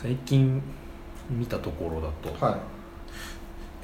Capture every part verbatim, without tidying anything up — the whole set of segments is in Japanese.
最近見たところだと、 はい、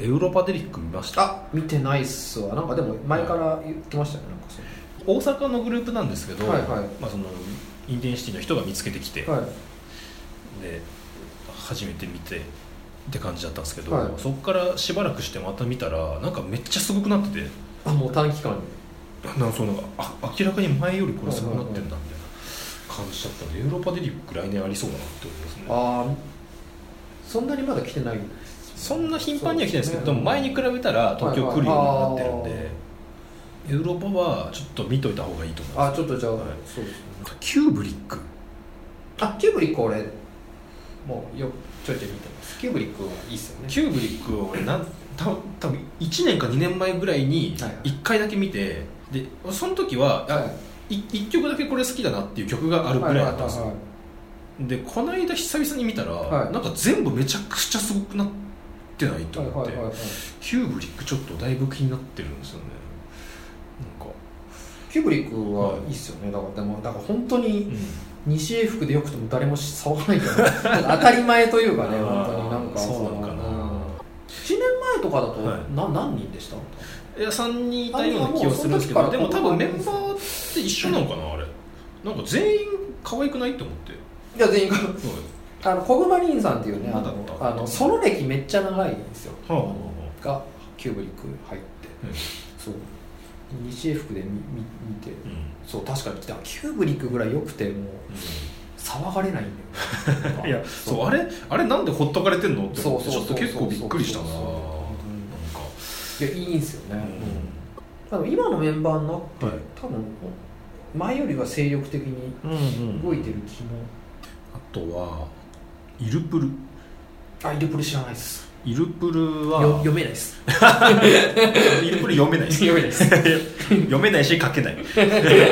エウロパデリック見ました？ あ、見てないっすわ。なんかでも前から言ってましたよね、なんかその大阪のグループなんですけど、 はいはい、 まあ、そのインテンシティの人が見つけてきて、 はい、 で初めて見てって感じだったんですけど、 はい、 そこからしばらくしてまた見たらなんかめっちゃすごくなってて、 あ、もう短期間になんかそうなんかあ明らかに前よりこれすごくなってるんだみたいな感じだったので、エウロパデリック来年ありそうだなって思いますね。 ああ、そんなにまだ来てない？ そんな頻繁には来てないですけど、でも前に比べたら東京来るようになってるんで、はいはい、エウロパはちょっと見といた方がいいと思います。 あ、ちょっとじゃあ、はい、そうですね。 キューブリック、 あ、キューブリック俺もうよちょいちょい見てます。キューブリックはいいっすよね。 キューブリックを俺なんた多分いちねんかにねんまえぐらいにいっかいだけ見て、はいはい、でその時は、はい、いいっきょくだけこれ好きだなっていう曲があるぐらいだったんですよ、はいはいはい、でこの間久々に見たら、はい、なんか全部めちゃくちゃすごくなってないと思って、はいはいはいはい、キューブリックちょっとだいぶ気になってるんですよね。なんかキューブリックはいいっすよね。だからでもだから本当に、うん、西英福でよくても誰も騒がないから当たり前というかね本当になんかそうなのかな、うん、いちねんまえとかだと、はい、な何人でした？ いやさんにんいたような気がするんですけど、でも多分メンバーって一緒なのかなあれ。なんか全員可愛くないと思って。 いや全員可愛い。あのコグマリンさんっていうね、あのあのソロ歴めっちゃ長いんですよ、はあはあ、がキューブリック入って、うん、そう西英福で 見, 見て、うん、そう確かにキューブリックぐらい良くてもう、うん、騒がれないんだよ。 いやそうそうあれあれなんでほっとかれてんのって思ってちょっと結構びっくりしたな。なんかいやいいんですよね、うん、多分今のメンバーになって、はい、多分前よりは精力的に動いてる気も、 うんうん、あとはイルプル。 あ、イルプル知らないです。 イルプルは読めないですイルプル読めないです読めないです読めないし書けない読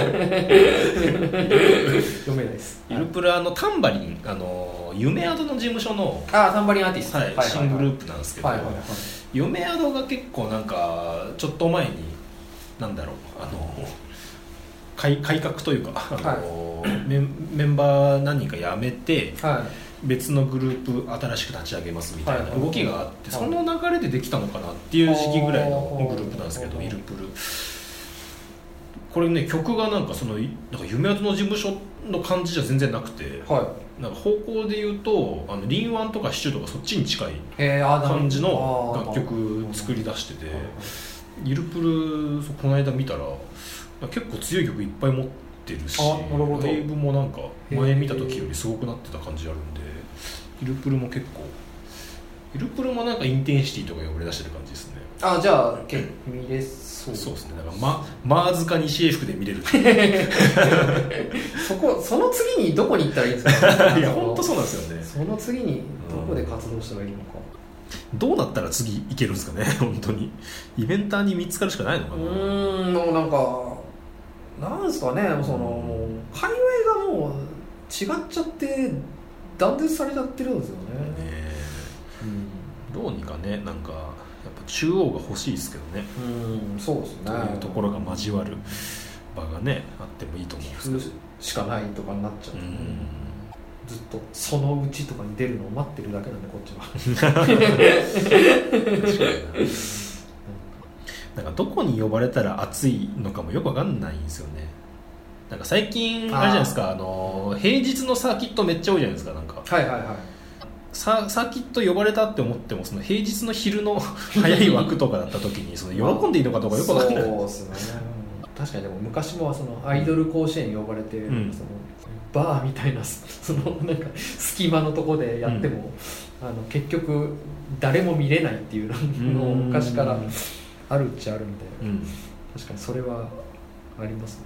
めないです。 イルプルはあのタンバリン、あの夢宿の事務所のあタンバリンアーティスト、 はいはいはいはい、新グループなんですけど、はいはいはい、夢宿が結構なんかちょっと前になんだろうあの改, 改革というか、あの、はい、メ, メンバー何人か辞めて、はい、別のグループ新しく立ち上げますみたいな動きがあって、はいはいはい、その流れでできたのかなっていう時期ぐらいのグループなんですけど、イルプルこれね曲がなんかそのなんか夢宿の事務所の感じじゃ全然なくて、はい、なんか方向で言うとあのリンワンとかシチューとかそっちに近い感じの楽曲作り出してて、イルプルこの間見たら結構強い曲いっぱい持ってるし、ライブもなんか前見た時よりすごくなってた感じあるんで、イルプルも結構イルプルもなんかインテンシティとか呼ばれ出してる感じですね。 あ、じゃあ結構見れそう。 そうですね。だからまマーズか西英福で見れるそこその次にどこに行ったらいいんですか？ いや本当そうなんですよね。 その次にどこで活動したらいいのか、 うん、どうなったら次行けるんですかね本当にイベンターに見つかるしかないのかな。 うーんもうなんかなんですかね、そのもう界隈がもう違っちゃって断絶されちゃってるんですよね。ね、 うん、どうにかね、なんかやっぱ中央が欲しいですけどね。 うん、そうですね。 というところが交わる場がねあってもいいと思うんですけど、 しかないとかになっちゃう、ね、うん、ずっとそのうちとかに出るのを待ってるだけなんでこっちは。確かにな。 なんかどこに呼ばれたら熱いのかもよく分かんないんですよね。なんか最近あれじゃないですか、あの平日のサーキットめっちゃ多いじゃないですか。なんか、 はいはいはい、 サ, サーキット呼ばれたって思ってもその平日の昼の早い枠とかだった時にその喜んでいいのかどうかよく分かんない。 そうですね。確かにでも昔もそのアイドル甲子園に呼ばれて、うん、そのバーみたいなそのなんか隙間のとこでやっても、うん、あの結局誰も見れないっていうのを昔からあるっちゃあるんで、うん、確かにそれはありますね。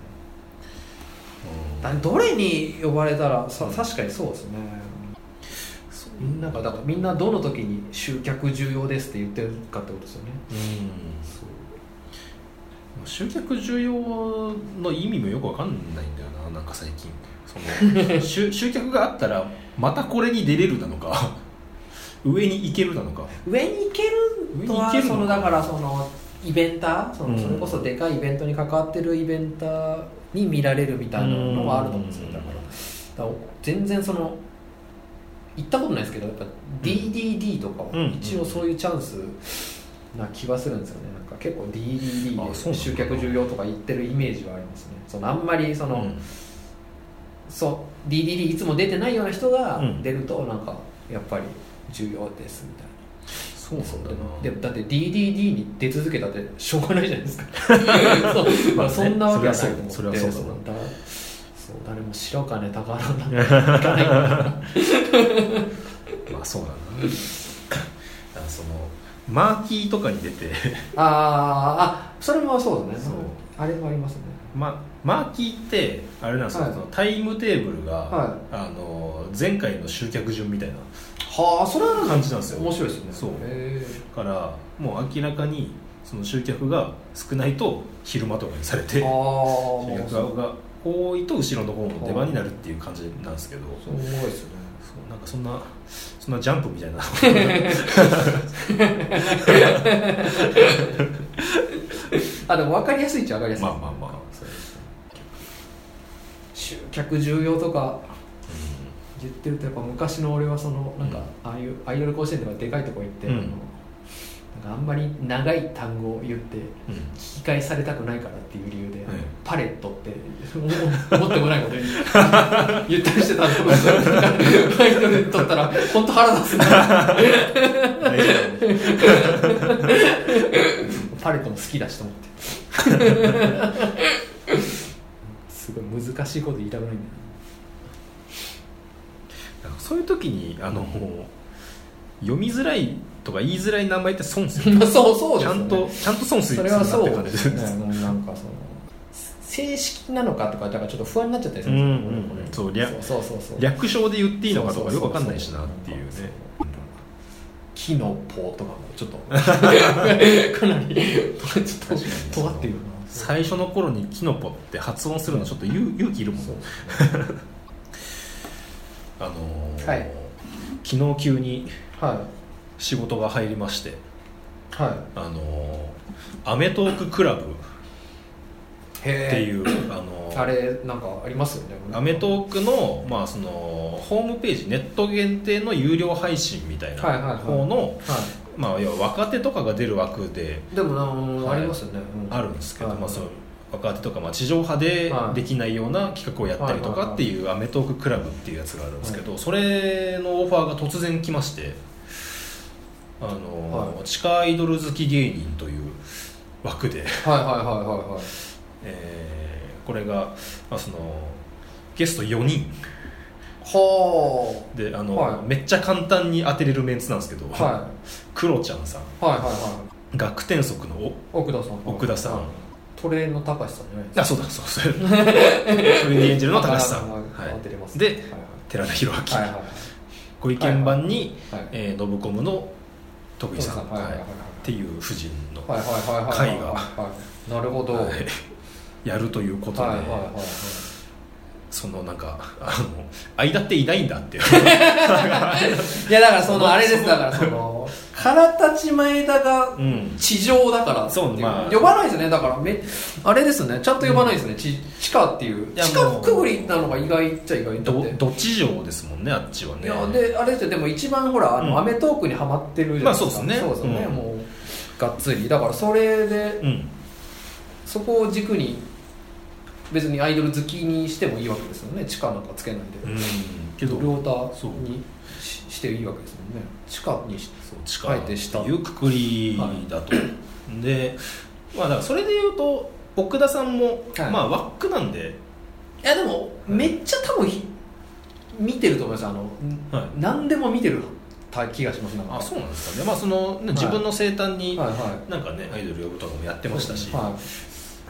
どれに呼ばれたらさ確かにそうですね。みんながだからみんなどの時に集客重要ですって言ってるかってことですよね。うん、 そう集客重要の意味もよく分かんないんだよな。なんか最近その集, 集客があったらまたこれに出れるなのか上に行けるなのか。 上に行けるとはそのだからそのイベンター そ, のそれこそでかいイベントに関わってるイベンターに見られるみたいなのはあると思うんですよ。だから、だから全然その行ったことないですけどやっぱ ディーディーディー とかは一応そういうチャンスな気がするんですよね。なんか結構 ディーディーディー で集客重要とか言ってるイメージはありますね。そのあんまりその、うん、そう ディーディーディー いつも出てないような人が出るとなんかやっぱり重要ですみたいな。 そうなんだな。 でもだって ディーディーディー に出続けたってしょうがないじゃないですかそう、まあ、そんなわけはないと思って、 それはそうだな。 そう誰も白金宝なんていかないからまあそうだなだそのマーキーとかに出てああそれもそうだね。そうあれもありますね。 ま、マーキーってあれなんですか、はい、そのタイムテーブルが、はい、あの前回の集客順みたいなはあそれは感じなんですよ。 面白いですね。 そうだからもう明らかにその集客が少ないと昼間とかにされて集客が多いと後ろの方の出番になるっていう感じなんですけど、 そう重いですよね。 そうなんかそんなそんなジャンプみたいなあでも分かりやすいっちゃ分かりやすい。 まあまあまあそうですね。集客重要とか言ってるとやっぱ昔の俺はそのなんかああいうアイドル甲子園とかでかいとこ行って、うん、なんかあんまり長い単語を言って聞き返されたくないからっていう理由で、うん、パレットって思ってもないこと言ったりしてたんですけどアイドルにとったら本当腹立つなパレットも好きだしと思ってすごい難しいこと言いたくないんだよ。 そういう時にあの、うん、読みづらいとか言いづらい名前って損するそうそうですよね。 ちゃんとちゃんと損するなって感じですね。 なんかその正式なのかとかだからちょっと不安になっちゃったりするんですよ、 うんうん、そう略そうそうそうそう略称で言っていいのかとかよく分かんないしなっていうね。 キノポとかもちょっとかなりちょっと尖ってるな。 最初の頃にキノポって発音するのちょっと勇気いるもん。あのーはい、昨日急に仕事が入りまして、はい、あのー、アメトーククラブっていう、あのー、 あれなんかありますよね。 アメトークの、まあ、そのホームページネット限定の有料配信みたいな方の、はいはいはいまあ、要は若手とかが出る枠ででもな、はい、ありますよね、うん、 あるんですけど、 はいはいまあ、その若手とか、まあ、地上波でできないような企画をやったりとかっていうアメトーククラブっていうやつがあるんですけど、それのオファーが突然来まして、あの、はい、地下アイドル好き芸人という枠で、 はいはいはいはいはい、 えー、これが、まあ、そのゲストよにんはであの、はい、めっちゃ簡単に当てれるメンツなんですけど、はい、クロちゃんさん、 はいはいはい、 学天則の奥田さん、 奥田さん、はいトレーの高橋さんじゃないですか。 あ、そうだそうそうトレに演じるの高橋さん、はい、で、はいはい、寺田裕明、はいはい、ご意見番に、はいはいえー、ノブコムの徳井さん、はいはいはいはい、っていう夫人の会がなるほど、はい、 やるということで、はいはいはいはい、そのなんかあの間っていないんだっていういやだからそのあれですだからその空立ち前田が地上だからっていう、うんまあ、呼ばないですね。だからめあれですねちゃんと呼ばないですね、うん、地, 地下っていう地下くぐりなのが意外っちゃ意外だってど地上ですもんねあっちはね。 いやであれですよでも一番ほらあの、うん、アメトークにハマってるじゃないですか。 まあそうですねそうですよね、うん、もうがっつりだからそれで、うん、そこを軸に別にアイドル好きにしてもいいわけですよね。地下なんかつけないで、うん、けど両太に し, していいわけですもんね。地下にそう地下っていうくくりだと、はい、で、まあ、だからそれでいうと奥田さんも、はい、まあワックなんでいやでも、はい、めっちゃ多分見てると思いますあの、はい、何でも見てる気がします。なんかあそうなんですかね。まあその自分の生誕になんかね、はいはいはい、アイドル呼ぶとかもやってましたし、 はい、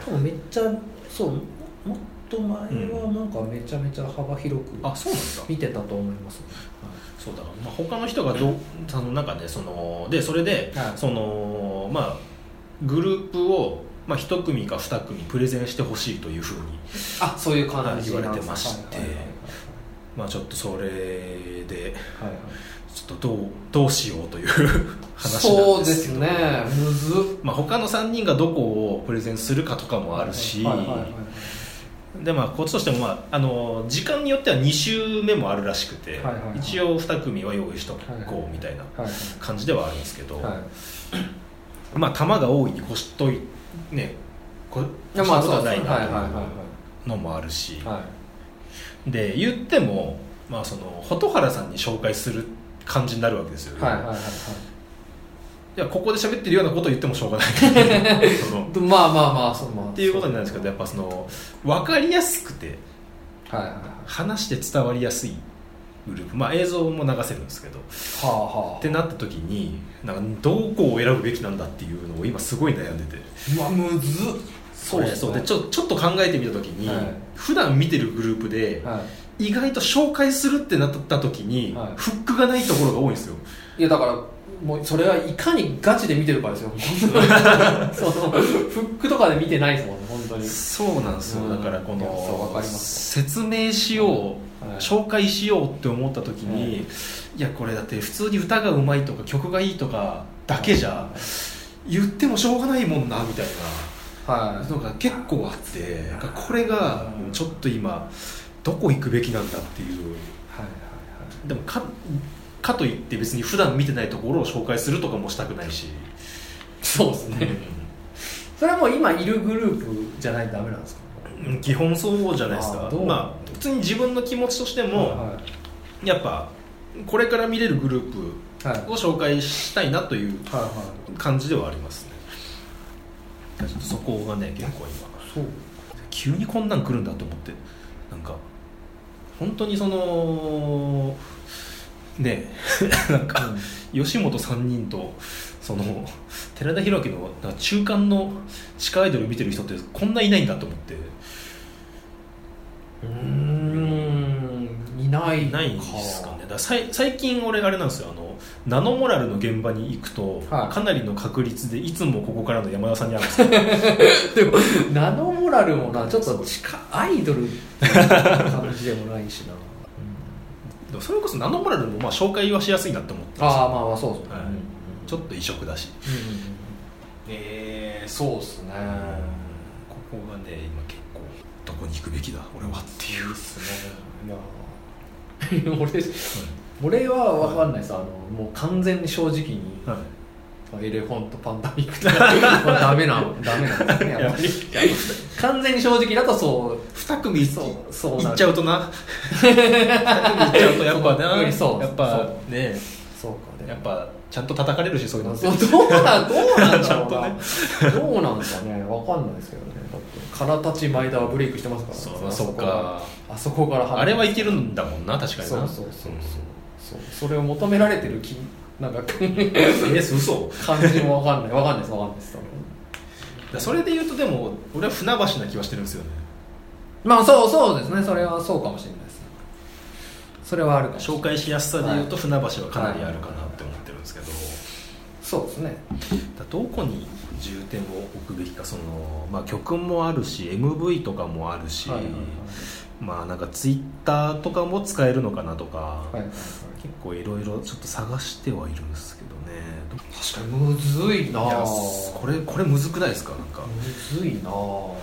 多分めっちゃそうもっと前はなんかめちゃめちゃ幅広く見てたと思います、ね。 そうだ、まあ、他の人がどうあのなんかねそのでそれで、はい、そのまあグループをまあ一組か二組プレゼンしてほしいというふうにあそういう感じ言われてまして、まあちょっとそれで、はいはい、ちょっとどうどうしようという話なんですけど。 そうですね。むず。 まあ他のさんにんがどこをプレゼンするかとかもあるし。はいはいはいはいでまあこっちとしても、まあ、あの時間によってはに週目もあるらしくて、はいはいはい、一応に組は用意しとこうみたいな感じではあるんですけど、はいはいはい、まあ球が多いに越しといねこ越したことはないなというのもあるし、はい、で言っても、まあ、その蛍原さんに紹介する感じになるわけですよね、はいはいはいはい、いやここで喋ってるようなことを言ってもしょうがないそのまあまあまあそう、まあ、 っていうことになるんですけど、やっぱその分かりやすくて、はいはいはい、話して伝わりやすいグループ、まあ映像も流せるんですけど、はあはあ、ってなった時になんかどこを選ぶべきなんだっていうのを今すごい悩んでて、 うわむずっ、 そうですね、そうでちょ、ちょっと考えてみた時に、はい、普段見てるグループで、はい、意外と紹介するってなった時に、はい、フックがないところが多いんですよ。 いやだからもうそれはいかにガチで見てるかですよそのフックとかで見てないですもんね本当に。 そうなんですよ、だからこの説明しよう、はい、紹介しようって思った時に、はい、いやこれだって普通に歌がうまいとか曲がいいとかだけじゃ言ってもしょうがないもんなみたいなのが結構あって、これがちょっと今どこ行くべきなんだっていう、はいはいはい、でもかかといって別に普段見てないところを紹介するとかもしたくないし。 そうですね、うん、それはもう今いるグループじゃないとダメなんですか？ 基本そうじゃないですか。あ、まあ、普通に自分の気持ちとしても、はい、やっぱこれから見れるグループを紹介したいなという感じではありますね、はいはいはい、そこがね結構今そう急にこんなん来るんだと思って、なんか本当にそのねなんか、うん、吉本さんにんとその寺田裕明の中間の地下アイドル見てる人ってこんないないんだと思って。 うーんいないかないんですかね。だからさい最近俺あれなんですよ、あのナノモラルの現場に行くと、はい、かなりの確率でいつもここからの山田さんに会うんですよでもナノモラルもなちょっと地下アイドルって感じでもないしなそれこそナノモラルもまあ紹介はしやすいなって思ってます。 ああまあまあそうですね、はい、 ちょっと異色だし、うんうんうん、 えー、そうっすね、うん、 ここがね今結構どこに行くべきだ俺はっていうですね。いや俺、はい、俺は分かんないです、あのもう完全に正直に、はい、エレフォントパンダミックとかダメなダメなんですねやっぱり完全に正直だとそうに組そうそういっちゃうとなに組いっちゃうとやっぱねそうやっぱねそうかねやっぱちゃんと叩かれるしそういうのそうどうなんどうなんだろうなね、どうなんですかね分かんないですけどね。だってからたち前田はブレイクしてますから、ね、 そうそうかあそこからあれはいけるんだもんな確かにな。 そうそうそうそう、うん、そうそれを求められてる気なんかえ嘘感じも分かんない分かんないです分かんないですだそれで言うとでも俺は船橋な気はしてるんですよね。 まあそうそうですね、それはそうかもしれないですね。それはあるかもしれない。 紹介しやすさで言うと船橋はかなりあるかなって思ってるんですけど、はいはいはい、 そうですね。 だどこに重点を置くべきか、その、まあ、曲もあるし エムブイ とかもあるし、はいはいはい、まあなんかツイッターとかも使えるのかなとか、はいはいはい、結構いろいろちょっと探してはいるんですけどね。 確かにむずいな。いやこれこれむずくないですか？なんかむずいな。いやでも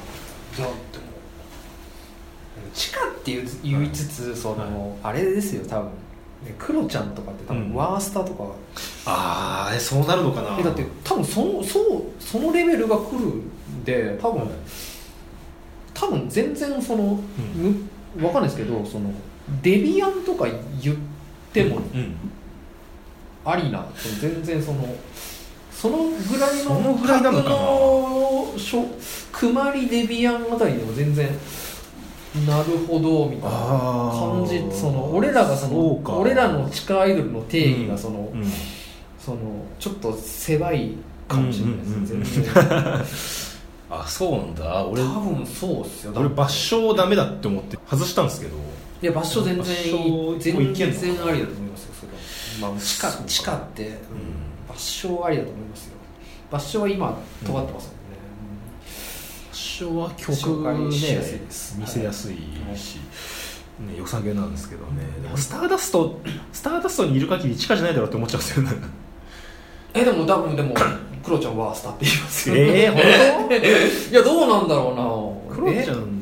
地下って言いつつ、はい、その、はい、あれですよ多分クロちゃんとかって多分ワースタとか、うん、 ああえそうなるのかな。 えだって多分そのそうそのレベルが来るんで多分、はい、多分全然その、うん、分かんないですけどそのデビアンとか言っても、うんうんありな全然そのそのぐらいのそのぐらいなのかなくまりデビアンあたりでも全然なるほどみたいな感じ。その俺らがその俺らの地下アイドルの定義がその、うんうん、そのちょっと狭いかもしれないです、うんうんうん、全然あそうなんだ。俺多分そうっすよ。 俺抜笑ダメだって思って外したんですけど、 いや抜笑全然全然ありだと思いますよ。それはまあ、地下地下って、うん、抜笑ありだと思いますよ。抜笑は今尖ってますもんね、うん、抜笑は曲ね見せやすいし、はいね、良さげなんですけどね、うん、でもスターダストスターダストにいる限り地下じゃないだろうって思っちゃうんですよねえでも多分でもクロちゃんはスタって言いますよえー、本当いやどうなんだろうな。 クロちゃん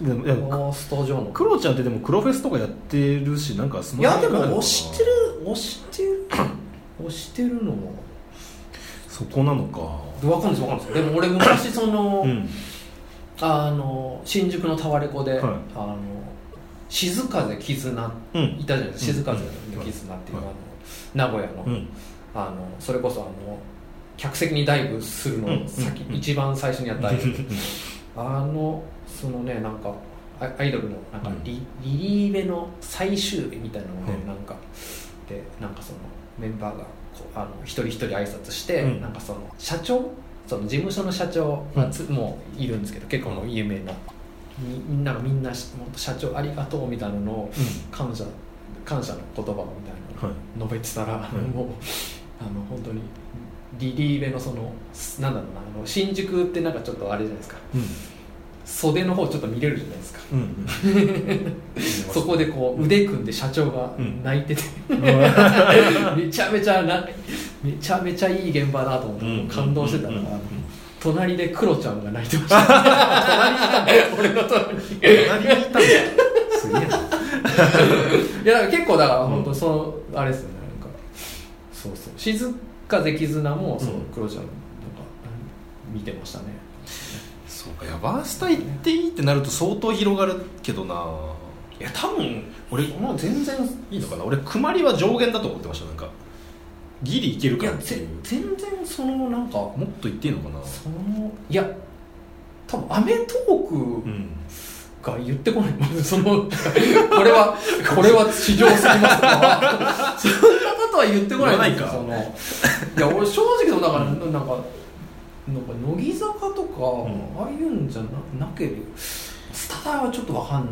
でもいやゴーストジョーのクロちゃんってでも黒フェスとかやってるしなんかいやでも推してる推してる推してるのもそこなのか分かんないです分かんないですでも俺昔その、 うん、 あの新宿のタワレコで、はい、あの静風絆、うん、いたじゃないですか、静風の絆っていう、うん、あの名古屋の、うん、あのそれこそあの客席にダイブするのを先、うん、一番最初にやったアイドルあのそのねなんかアイドルのなんか リ,、うん、リリーベの最終日みたいなので、うん、なんかでなんかそのメンバーがこうあの一人一人挨拶して、うん、なんかその社長その事務所の社長がつ、うん、もういるんですけど結構もう有名なみんながみんな社長ありがとうみたいなのを感謝、うん、感謝の言葉みたいなのを述べてたら、はい、もうあの本当にリリーベのそのなんだろうなあの新宿ってなんかちょっとあれじゃないですか、うん、袖の方ちょっと見れるじゃないですか、うんうん、そこでこう腕組んで社長が泣いてて、うん、めちゃめちゃなめちゃめちゃいい現場だと思って、うん、感動してたから、うんうん、隣でクロちゃんが泣いてました隣にいたんだ俺の隣に隣にいたんだすげえないやだから結構だから本当その、うん、あれですよねなんかそうそう静風絆もそう、うん、クロちゃんなんか見てましたねそうか、いやバースタ行っていいってなると相当広がるけどな。いや多分俺もう全然いいのかな。俺クマリは上限だと思ってました。なんかギリいけるかっていう。いや全然そのなんかもっと言っていいのかな。 そのいや多分アメトークが言ってこない、うん、そのこれはこれは地上すぎますとかそんなことは言ってこないんですよ。そのいや俺正直でもだから、うん、なんかなんか乃木坂とか、うん、ああいうんじゃ な, なければスタダはちょっと分かんない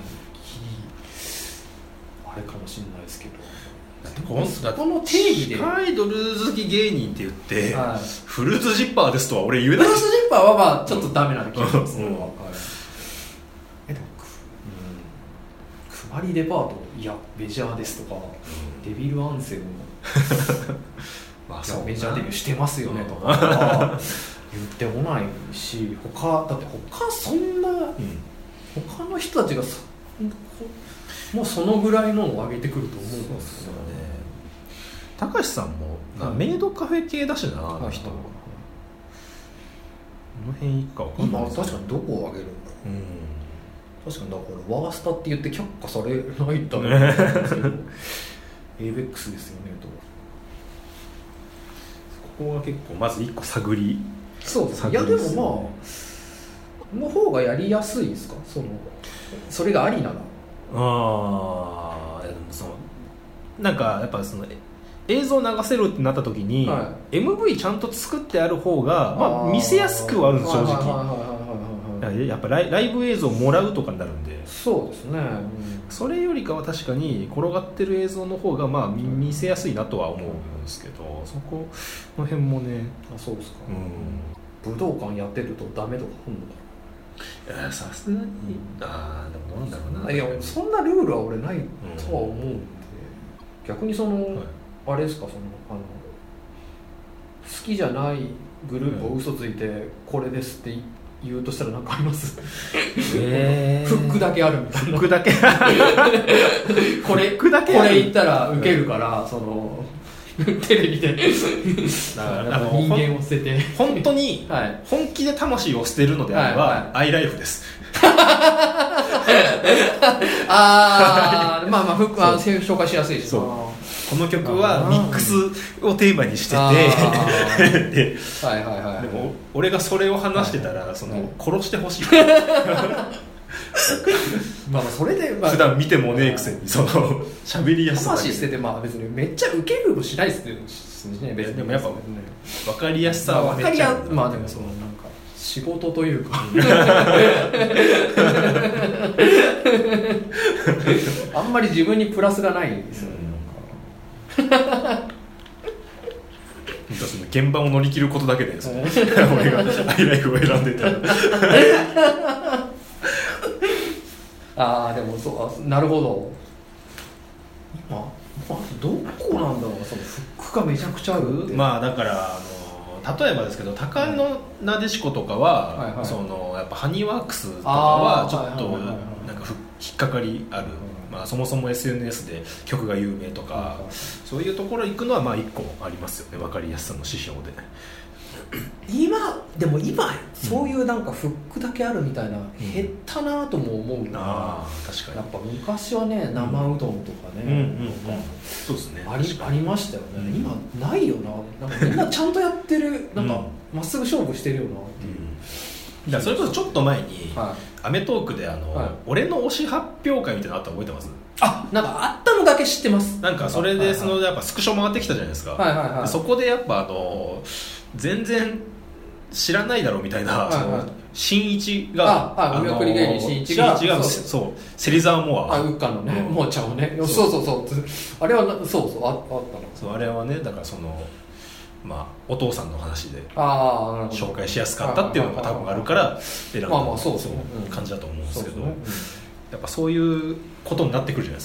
あれかもしれないですけどだってこのそこの定義でアイドル好き芸人って言って、はい、フルーツジッパーですとは俺言えない。 フルーツジッパーはまあちょっとダメな気がします、うんうん、えでもく、うん、くまりデパートいやメジャーですとか、うん、デビルアンセムまあ、そうメジャーデビューしてますよねとか言ってこないし他だって他そんな、うん、他の人たちがそもうそのぐらいのを上げてくると思うんですよね。 高橋さんも、はい、メイドカフェ系だしなあの人、はい、この辺いいか分かんないです、 ね、確かにどこを上げるんだろう、うん、確かにだからワースタって言って却下されないんだろうなんですけどエイベックスですよねとここは結構まずいっこ探りそうですね。いやでもまあの方がやりやすいですかそのそれがありなら。 ああでもそのなんかやっぱその映像流せるってなった時に、はい、エムブイ ちゃんと作ってある方がまあ見せやすくはあるんです正直。やっぱラ イ, ライブ映像をもらうとかになるんでそうですね、うん、 それよりかは確かに転がってる映像の方がまあ 見, 見せやすいなとは思うんですけどそこの辺もね。 あそうですか、うん、武道館やってるとダメとか来るのかな。いやさすがに、うん、あでもどうなんだろうな。 いやそんなルールは俺ないとは思うんで、うん、逆にその、はい、あれですかそのあの好きじゃないグループを嘘ついてこれですって言うとしたら何かあります？えー、フックだけあるみたいな。 フックだけこれこれ言ったらウケるから、うん、そのテレビでだから人間を捨てて本当に本気で魂を捨てるのであれば、はいはい、アイライフですあまあまあフックは紹介しやすいしこの曲はミックスをテーマにしててで、はいはいはい、でも俺がそれを話してたら、はい、その殺してほしいまあそれで、 まあ、普段見てもねえくせにその喋りやすさ魂捨ててまあ別にめっちゃウケるもしないですね別に。 でもやっぱ分かりやすさはめっちゃ、まあ、分かりやまあでもそのなんか仕事というかあんまり自分にプラスがないんですよね、 うん、なんかその現場を乗り切ることだけで俺がアイライフを選んでたああでもそうなるほど今どこなんだろうそのフックがめちゃくちゃあるって。 まあだからあの例えばですけど高野なでしことかは、はいはい、そのやっぱハニーワークスとかはちょっとなんか引っかかりある、まあ、そもそも エスエヌエス で曲が有名とか、はいはい、そういうところ行くのはまあいっこありますよね、分かりやすさの指標で。 今でも今そういうなんかフックだけあるみたいな、うん、減ったなとも思うな、 あ確かにやっぱ昔はね生うどんとかね、うんうんうん、 そうですね、 あり、ありましたよね、うん、今ないよな、なんかみんなちゃんとやってるなんかまっすぐ勝負してるよなっていう、 うん、だからそれこそちょっと前に、はい、アメトーークであの、はい、俺の推し発表会みたいなのあったの覚えてます？ あ、なんかあったのだけ知ってます。 なんかそれでそのやっぱスクショ回ってきたじゃないですか、はいはいはい、そこでやっぱあの全然知らないだろうみたいな、はいはい、その新一がああお見送り芸人新一が新一がそうそう芹沢モアあウッカのね、うん、モアちゃんをねそうそうそうあれはそうそう あ, あったのそうあれはねだからそのまあお父さんの話であ紹介しやすかったっていうのが多分あるから選んだ感じだと思うんですけど、やっぱそういうことになってくるじゃない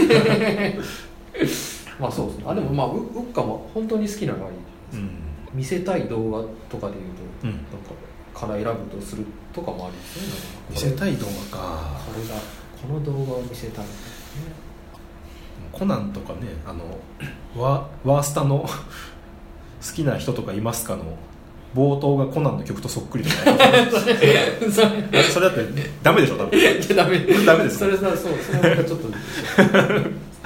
ですか。 まあそうですね。あでもまあウッカも本当に好きなのがいいです、うん、見せたい動画とかでいうと、うん、なんかから選ぶとするとかもありですね。 見せたい動画か。 これがこの動画を見せたい、ね。 コナンとかねあのワワースタの好きな人とかいますかの冒頭がコナンの曲とそっくりとかそれそれそれだってダメでしょ多分いやダメダメですそれさそうそれなんかちょっとアイドル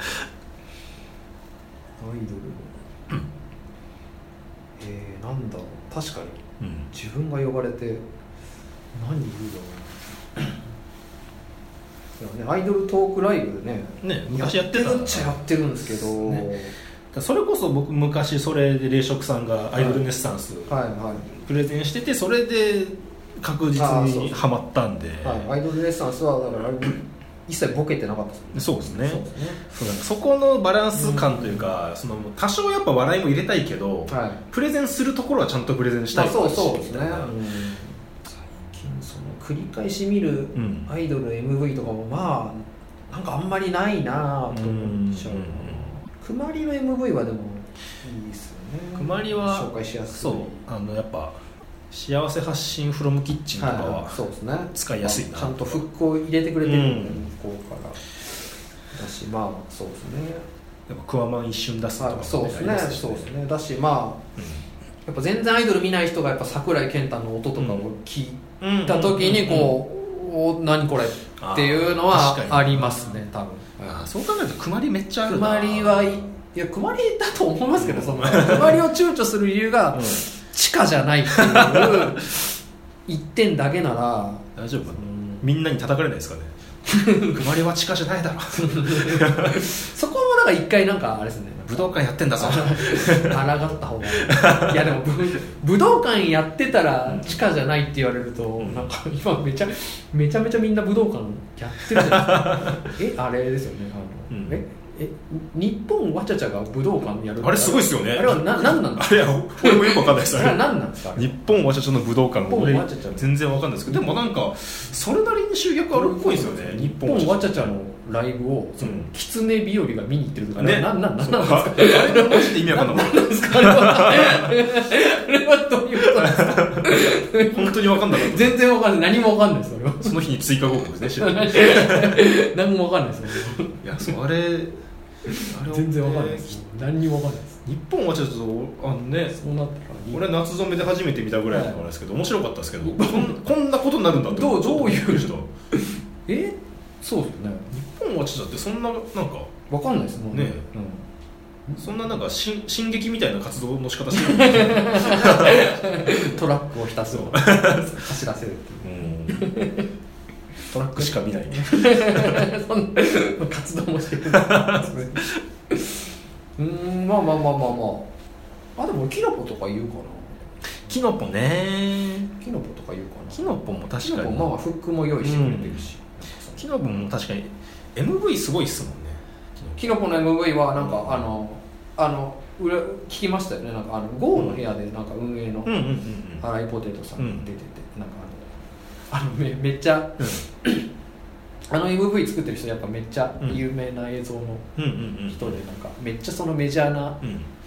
えー、なんだろう確かに、うん、自分が呼ばれて何言うだろういや、ね、アイドルトークライブでねね昔やってたっちゃやってるんですけど、 ねそれこそ僕昔それで冷食さんがアイドルネッサンスプレゼンしててそれで確実にハマったんで、 はい、アイドルネッサンスはだから一切ボケてなかったですね。そうですね。そうですね。そうなんかそこのバランス感というか、うん、その多少やっぱ笑いも入れたいけど、はい、プレゼンするところはちゃんとプレゼンしたい、 まあ、そうそうですね、うん、最近その繰り返し見るアイドル エムブイ とかもまあなんかあんまりないなと思っちゃう、うんうんくまりの エムブイ はでもいいですよね。 くまりは紹介しやすい。 そうあのやっぱ幸せ発信フロムキッチンとかは使いやすいな、 ちゃんとフックを入れてくれてるので、うん、向こうからだしまあそうですねやっぱクワマン一瞬出すとかも、 ね、そうですねそうですねだしまあ、うん、やっぱ全然アイドル見ない人がやっぱ桜井健太の音とかを聞いた時にこう、うん、何これっていうのはありますね多分。 ああそう考えるとくまりめっちゃあるな。くまりはいやくまりだと思いますけど、うん、そのくまりを躊躇する理由が、うん、地下じゃないっていう一点だけなら大丈夫かな、うん、みんなに叩かれないですかねくまりは地下じゃないだろそこもなんか一回なんかあれですね武道館やってんだぞ抗った方がいいいやでも武道館やってたら地下じゃないって言われると、うん、なんか今めちゃめちゃめちゃみんな武道館やってるじゃないですかえあれですよねあの、うん、ええ日本わちゃちゃが武道館やるあれすごいですよねあれはな何なんですかあれは俺もよくわかんないですあれは何なんですか日本わちゃちゃの武道館も全然わかんないですけどでもなんかそれなりに集客あるっぽいですよね日本わちゃちゃのライブをその、うん、狐日和が見に行ってるとかねななななんですかあれはマジで意味わかんない何ですかあれはあれはどういうことですか本当にわかんなかった全然わかんない何もわかんないですそれはその日に追加報告ですね何もわかんないですいやそうあれあれ全然わかんないです何にもわかんないです日本はちょっとあのねそうなったら俺は夏染めで初めて見たぐらいだからですけど、はい、面白かったですけどこん, こんなことになるんだってどうどういう人えそうですよね日本はちょっとだってそんななんかわかんないですもんね、ねうん、そんななんか進撃みたいな活動の仕方してるトラックをひたすら走らせるっていう、うんトラックしか見ないそんな活動もしてるうんまあまあまあまあまああでもキノコとか言うかなキノコねキノコとか言うかなキノコも確かにキノコまあフックも用意してくれてるし、 うん、キノコも確かに エムブイ すごいっすもんねキノコの エムブイ はなんか、うん、あのあの裏聞きましたよねなんかあの ゴー の部屋でなんか運営の新井ポテトさんが出てて、うん、なんかあの め, めっちゃ、うん、あの エムブイ 作ってる人やっぱめっちゃ有名な映像の人でなんかめっちゃそのメジャーな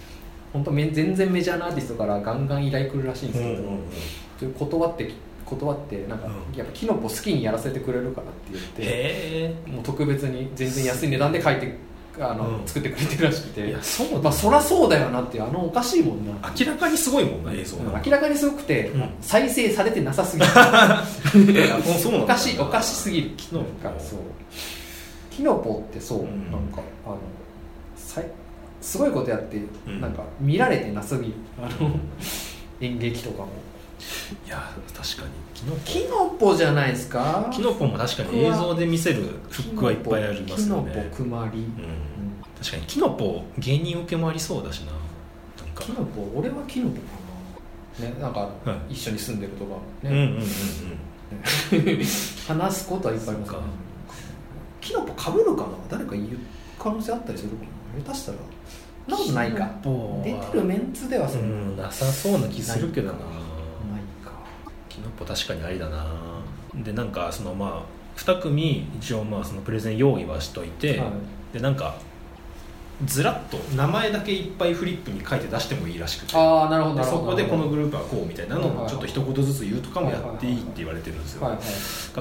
本当全然メジャーなアーティストからガンガン依頼来るらしいんですけど、うんうん、断って断ってなんか、うん、やっぱキノポ好きにやらせてくれるからって言って、 へもう特別に全然安い値段で書いてあの、うん、作ってくれてるらしくて、 いやそう、 まあ、そらそうだよなっていう、あのおかしいもんな、 明らかにすごいもんな映像、うん、 明らかにすごくて、うん、再生されてなさすぎるおかしいおかしすぎる。キノポそうキノポってそう、うん、なんかあのさいすごいことやって、うん、なんか見られてなすぎる、あの演劇とかも。 いや確かにキノポキノポじゃないですか。 キノポも確かに映像で見せるフックはいっぱいありますよね。 キノポくまり、うん、 確かにキノポ芸人受けもありそうだしな。なんかキノポ俺はキノポかな、ね、なんか、はい、一緒に住んでるとかね、うんうんうんうん、話すことはいっぱいありますからね。キノポかぶるかな、誰か言う可能性あったりするかな。下手したらそんなことないか、出てるメンツではそんな、うん、 なさそうな気するけどな。 キノポ確かにありだな。でなんかそのまあに組一応まあそのプレゼン用意はしといて、はい、でなんかずらっと名前だけいっぱいフリップに書いて出してもいいらしくて、 あーなるほど、 でそこでこのグループはこうみたいなのをちょっと一言ずつ言うとかもやっていいって言われてるんですよ、はいはいはい、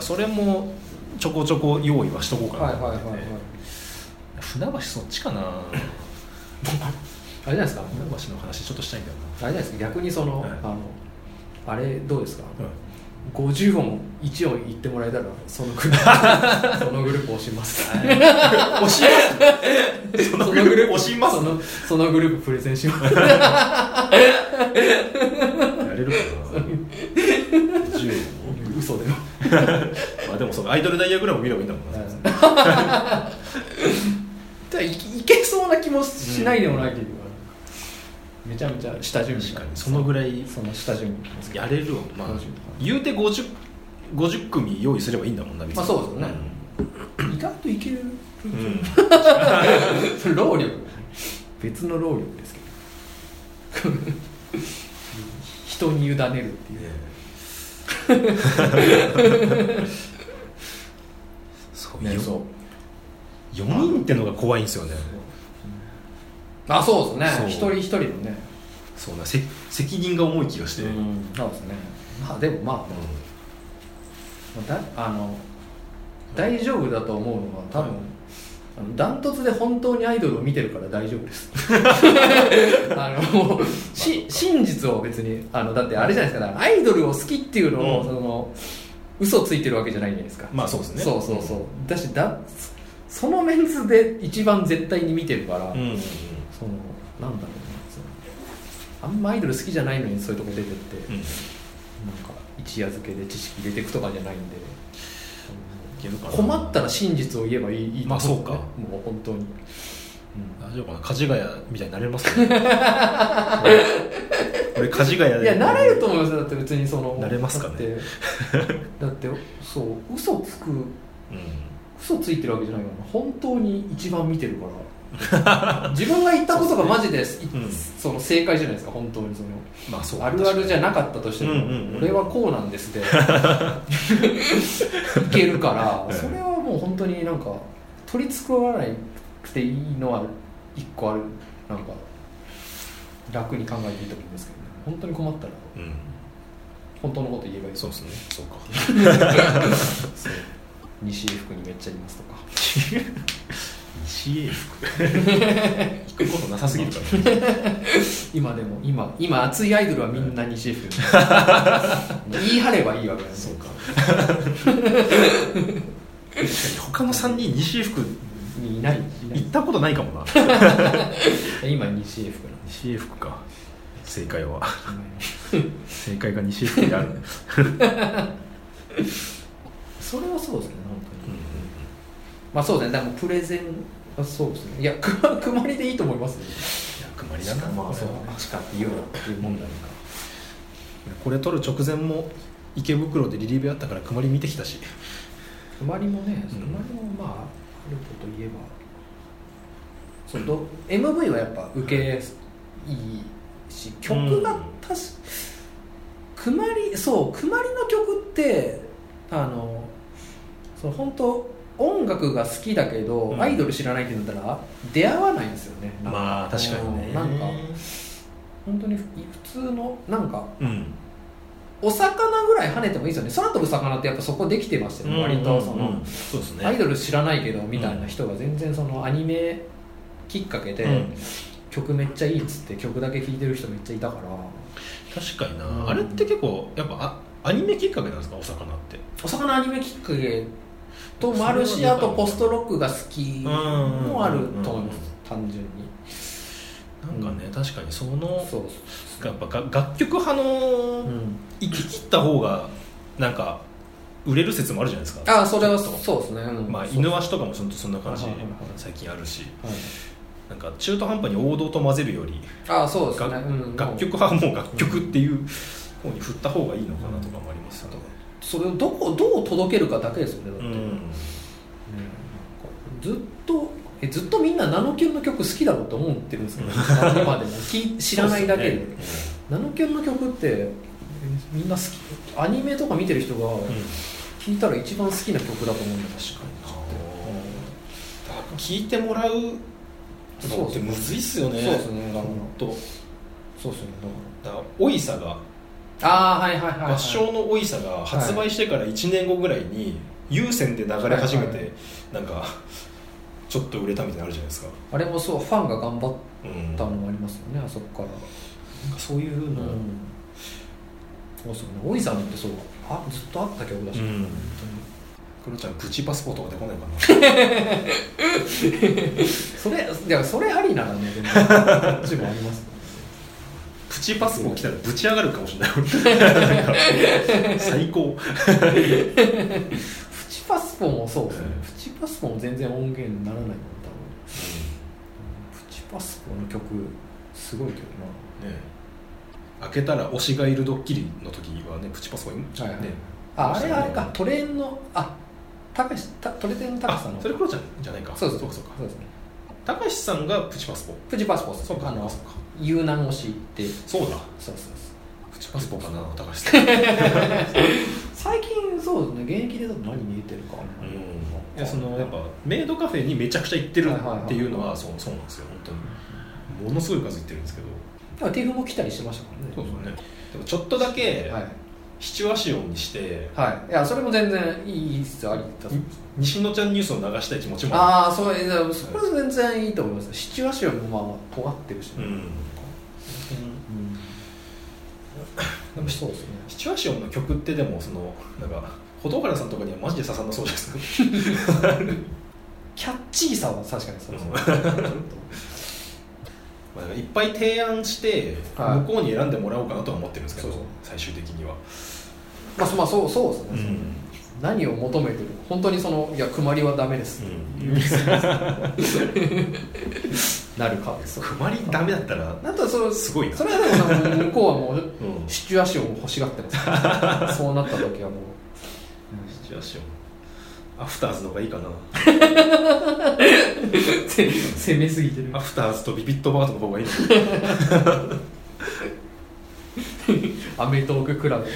それもちょこちょこ用意はしとこうかなと思ってて、はいはいはいはい、船橋そっちかなあれじゃないですか、 船橋の話ちょっとしたいんだよな。あれじゃないですか、逆にその、はい、あのあれどうですか、うん、ごじゅう音いち音言ってもらえたらそのグループそのグループ押します押しますそのグループ押しますそのそのグループプレゼンしますやれるかなじゅう音嘘だよまあでもそのアイドルダイヤグラム見ればいいんだもんな、 うん、い, いけそうな気もしないでもないけど、うん、めちゃめちゃ下準備、 そのぐらいその下準備やれるわ、まあ、言うてごじゅう、ごじゅう組用意すればいいんだもんな、 まあそうですよね、うん、意外といける、うん、労力別の労力ですけど人に委ねるっていう、ね、 そう、ね、そうよにんってのが怖いんですよね。 あ、そうですね、一人一人のね、 そうな、責任が重い気がして、うん、 そうですね。まあでもまあ、うん、だあの大丈夫だと思うのは多分、うん、ダントツで本当にアイドルを見てるから大丈夫ですあのし真実を別にあのだってあれじゃないですか、アイドルを好きっていうのを、うん、その嘘ついてるわけじゃないじゃないですか。 まあそうですね。 そうそうそう、だしだそのメンツで一番絶対に見てるから、うんうんうん、そのなんだろうな、あんまアイドル好きじゃないのにそういうとこ出てって、うん、なんか一夜漬けで知識入れていくとかじゃないんで、困ったら真実を言えばいい、いいと思う、ね、まあそうか、もう本当に、うん、 大丈夫かな、梶ヶ谷みたいになれますかね俺梶ヶ谷で、 いやなれると思います。だって別にそのなれますかね、 だってだってそう嘘つく、うん、嘘ついてるわけじゃないから、本当に一番見てるから自分が言ったことがマジで、うん、その正解じゃないですか、本当にその、まあ、そうあるあるじゃなかったとしても、うんうんうん、俺はこうなんですでいけるから、それはもう本当になんか取り繕わなくていいのは一個ある、なんか楽に考えていいと思うんですけど、ね、本当に困ったら、うん、本当のこと言えばいい。 そうですね、そうかそう西英福にめっちゃいますとか西英福行くことなさすぎるから今でも今今熱いアイドルはみんな西英福言い張ればいいわけです。 そうか他のさんにん西英福にいない、 行ったことないかもな今西英福な西英福か、正解は正解が西英福にあるそれはそうですね、本当に、うんうん、まあそうですね、でもプレゼンはそうですね、いやくまりでいいと思いますね。 いやくまりだな、 まあそうしかっていうような問題か、 これ撮る直前も池袋でリリベあったからくまり見てきたし、 くまりもね、くまりもまああること言えば、そうど エムブイ はやっぱ受けいいし、曲がたし、くまりそうくまりの曲ってあのそう本当音楽が好きだけど、うん、アイドル知らないって言ったら出会わないんですよね。 まあ確かにね、 なんか本当に普通のなんか、 うん、 お魚ぐらい跳ねてもいいですよね。空飛ぶ魚ってやっぱそこできてましたよね、割とその、うんうん、 そうですね、 アイドル知らないけどみたいな人が全然そのアニメきっかけで、うん、曲めっちゃいいっつって曲だけ聴いてる人めっちゃいたから。 確かにな、うん、あれって結構やっぱアニメきっかけなんですか、お魚って。 お魚アニメきっかけともあるし、あとポストロックが好きもあると思います、単純に。 なんかね、うん、確かにそのそうやっぱ楽曲派の生き切った方がなんか売れる説もあるじゃないですか。 ああ、それはそうですね、うん、 まあ犬足とかもちょっとそんな感じ最近あるし、はい、なんか中途半端に王道と混ぜるより、 ああそうですね、うん、 楽曲派はもう楽曲っていう方に振った方がいいのかなとかもありますよね、 うん、それをどこどう届けるかだけですよね、だって、うんうん、ずっとえずっとみんなナノキュンの曲好きだろうと思ってるんですけど今でも知らないだけで、ね、ナノキュンの曲ってみんな好き、アニメとか見てる人が聴いたら一番好きな曲だと思うんだ。確かに聴いてもらうのってむずいっすよね。 そうですね、 ほんとそうですね、 だからおいさがあ、はいはいはいはい、 合唱のおいさが発売してからいちねんごぐらいに有線で流れ始めて、はいはい、なんかちょっと売れたみたいなのあるじゃないですか。 あれもそう、ファンが頑張ったのもありますよね、うん、あそこから。 なんかそういうの、うん、 そうですよね、おいさんってそう、あずっとあった曲だし、うん、 クロちゃんプチパスポートが出こないかなそれいやそれありならね、でもこっちもあります、ね、 プチパスポート来たらぶち上がるかもしれない最高プチパスポもそうですね、うん、プチパスポも全然音源にならないもん多分、うん、プチパスポの曲すごいけどな、ね、 開けたら推しがいるドッキリの時はね、プチパスポ、ね、 はいはい、ああれあれか、トレーンのあ高橋たトレテンの高橋さんの、 それ黒ちゃんじゃないか。 そうそうそうそうそうですね、高橋さんがプチパスポプチパスポそうか、あの有難推しって。 そうだ、 そうそうそう、 プチパスポかな、高橋さん最近そうですね、現役でだと何見えてるか、うん、 いやそのやっぱメイドカフェにめちゃくちゃ行ってるっていうのはそうそうなんですよ、本当にものすごい数行ってるんですけど、 だからティフも来たりしてましたからね。 そうですね、でもちょっとだけ、はい、シチュアシオンにして、 はい、いやそれも全然いい質ありだと思います。 西野ちゃんニュースを流したい気持ちもああ、そう、それは全然いいと思います。シチュアシオンもまあ尖ってるし、ね、うん、うん、 でもそうですね、シチュアシオンの曲ってでもそのなんか蛍原さんとかにはマジで刺さんなそうじゃないですかキャッチーさは確かにそうですね、 まあ、いっぱい提案して向こうに選んでもらおうかなとは思ってるんですけど、はい、最終的にはまあ、 まあ、そうそうですね、うん、何を求めてる本当にそのいやくまりはダメです、うん、なるかくまりダメだったらなんとそすごいな。 それはでも向こうはもう、うん、シチュアションを欲しがってますそうなった時はもう、 うん、シチュアションアフターズの方がいいかな攻めすぎてる。 アフターズとビビットバートの方がいいのアメトーククラブ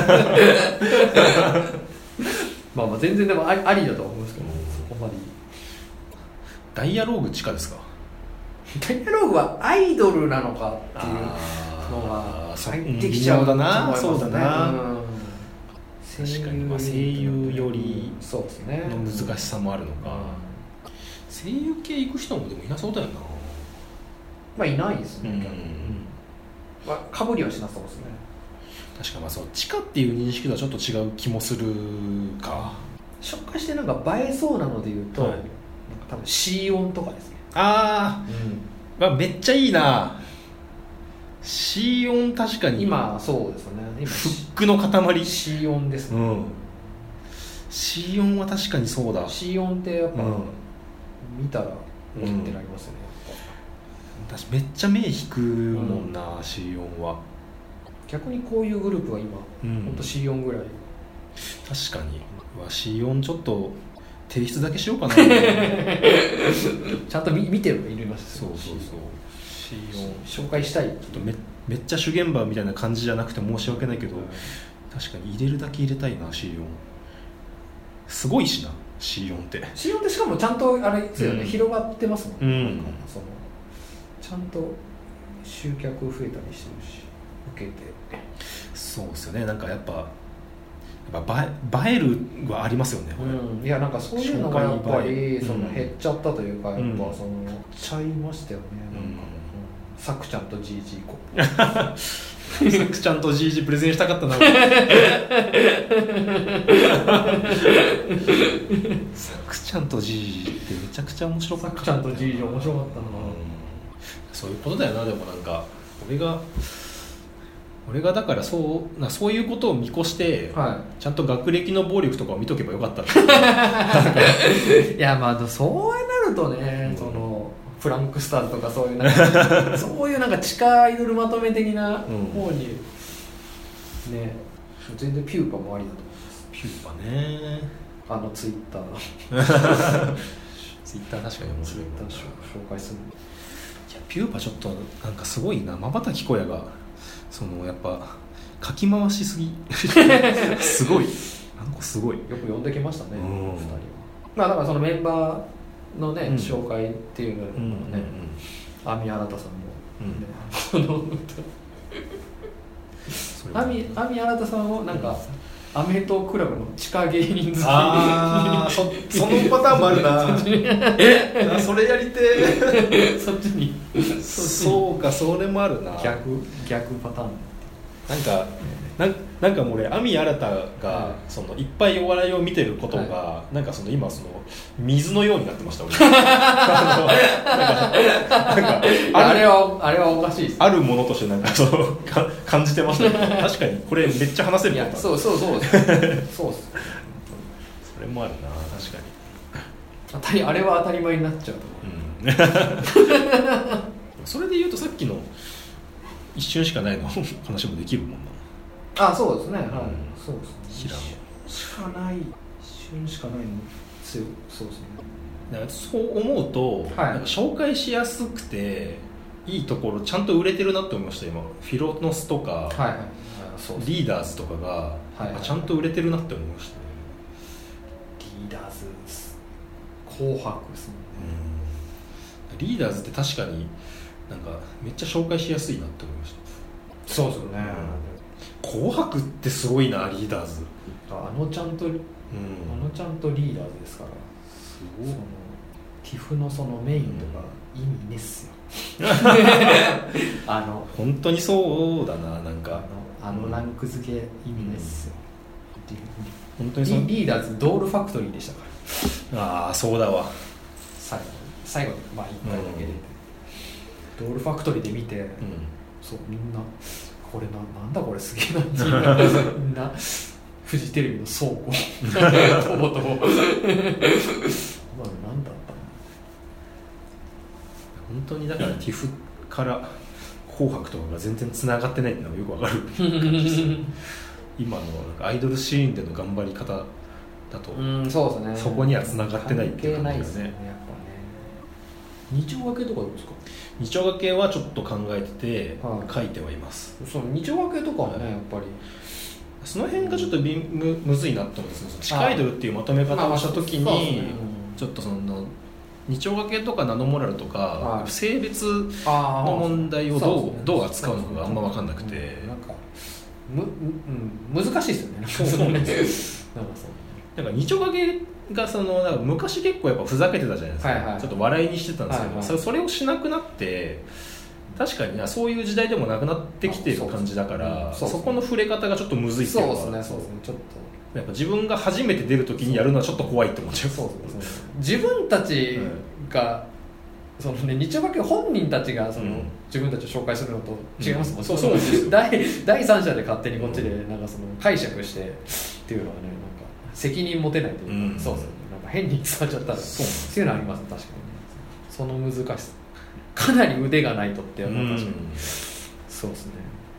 まあまあ全然でもあり、ありだと思うんですけど、そこまでダイアローグ地下ですか。 ダイアローグはアイドルなのかっていうのが入ってきちゃうだな。そうだな、うん、 確かに、 まあ、声優よりそうですねの難しさもあるのか、うん、声優系行く人もでもいなそうだよな。 まあいないですね、うん、まあ、かぶりはしなそうですね。 確かまあそう地下っていう認識とはちょっと違う気もするか。 紹介してなんか映えそうなのでいうと、はい、なんか多分 シー 音とかですね。 ああ、うん、まあ、めっちゃいいな。 シー 音確かに今そうですね、今フックの塊シー 音ですね、うん、 シー 音は確かにそうだ。 シー 音ってやっぱ、うん、見たらうんってなりますね、 うん、私めっちゃ目引くもんな、うん、シー 音は。 逆にこういうグループは今、うん、ほんと シー 音ぐらい。 確かにわ シー 音ちょっと提出だけしようかなちゃんと 見, 見てるの入れました。 そうそうそう、シー 音紹介したい。ちょっと め, めっちゃ主現場みたいな感じじゃなくて申し訳ないけど、うん、確かに入れるだけ入れたいな。 シー 音すごいしな。 シー 音ってシー 音ってしかもちゃんとあれですよね、うん、広がってますもんね、 うん、 そのちゃんと集客増えたりしてるし受けてそうですよね。なんかやっぱやっぱ映え、映えるはありますよね、 うん、いやなんかそういうのがやっぱりそのうん減っちゃったというか、やっぱうんそのちゃいましたよね、なんか、 うんさくちゃんと ジージー こさくちゃんと ジージー プレゼンしたかったなさくちゃんと ジージー ってめちゃくちゃ面白かった。 さくちゃんと ジージー 面白かったな、 うんそういうことだよな。でもなんか俺が俺がだからそうなそういうことを見越して、 はちゃんと学歴の暴力とかを見とけばよかったい、いやまあそうなるとね、うん、そのフランクスターズとかそういうなんかそういうなんか地下アイドルまとめ的な方に、うん、ね全然ピューパもありだと思います。 ピューパね、 あのツイッターツイッター確かに面白い。 紹介する。 いやピューパちょっとなんかすごいな。まばたきこやがそのやっぱかき回しすぎすごいあの子すごいよく呼んできましたね、 うん、 ふたりは。まあだからそのメンバーのね、うん、紹介っていうのね、阿見新さんも、ね、うん、阿見新さんをなんか、うん、アメトークラブの地下芸人好き。 あそ, そのパターンもあるなえそれやりてそっちにそうか、それもあるな。 逆逆パターンなんかな, なんかもう俺阿見新が、はい、そのいっぱいお笑いを見てることが、はい、なんかその今その水のようになってました俺あ, なんかなんかあれはあれはおかしいです、ね、 あるものとしてなんかそうか感じてました、ね、確かにこれめっちゃ話せる。いやそうそうそうそうですそれもあるな。確かに当たりあれは当たり前になっちゃう、 うん、それで言うとさっきの一瞬しかないの話もできるもんな。 あ、そうですね、はい、うん、そうですね。 平野しかない一瞬しかないの強い。そうですね。 だからそう思うと、はい、なんか紹介しやすくていいところちゃんと売れてるなって思いました今。フィロノスとか、はいはい、そうですね、リーダーズとかが、はいはい、ちゃんと売れてるなって思いましたね。 リーダーズ紅白ですもんね、 うん、リーダーズって確かになんかめっちゃ紹介しやすいなって思いました。 そうですよね、 うん、紅白ってすごいな。リーダーズあのちゃんと、うん、あのちゃんとリーダーズですから。 すごい。そのティフのそのメインとか意味ねっすよあの本当にそうだな。なんかあの、あのランク付け意味ねっすよ、 うん、本当にそのリーダーズドールファクトリーでしたから。 ああそうだわ。 最後最後にまあいっかいだけ出て、うん、ドールファクトリーで見て、うん、そうみんなこれ な, なんだこれすげえなってみんなフジテレビの倉庫とぼとぼまあなんだったの。 本当にだからティフから紅白とかが全然つながってないっていうのがよくわかる今のなんかアイドルシーンでの頑張り方だと、 うん、そうですね、 そこにはつながってないっていう感じですね。 やっぱね。二丁掛けとかどうですか。 二丁掛けはちょっと考えてて、はい、書いてはいます。 その二丁掛けとかはね、はい、やっぱりその辺がちょっと む, むずいなと思うんですよ。地下アイドルっていうまとめ方をした時に、まあまあね、うん、ちょっとその二丁掛けとかナノモラルとか、はい、性別の問題をど う, う、ね、どう扱うのかがあんま分かんなくて、うん、 なんかむ、うん、難しいですよね。 そうなんですよ。なんか二丁掛けがそのなんか昔結構やっぱふざけてたじゃないですか、はいはい、ちょっと笑いにしてたんですけど、はいはい、それをしなくなって確かにそういう時代でもなくなってきている感じだから、 そ, そ, そこの触れ方がちょっとむずいっていうか、 そうですね、そうですね、ちょっとやっぱ自分が初めて出るときにやるのはちょっと怖いって思っちゃう。 そうそうそう、自分たちが、うん、そのね、日曜掛け本人たちがその、うん、自分たちを紹介するのと違いますもん、うん、そうそうそう第, 第三者で勝手にこっちでなんかその解釈してっていうのはね、なんか責任持てないというか、うん、そうそう、なんか変に使っちゃったらそうそういうのあります、確かにね。その難しさかなり腕がないとっていうのは確かに、うん、そうですね。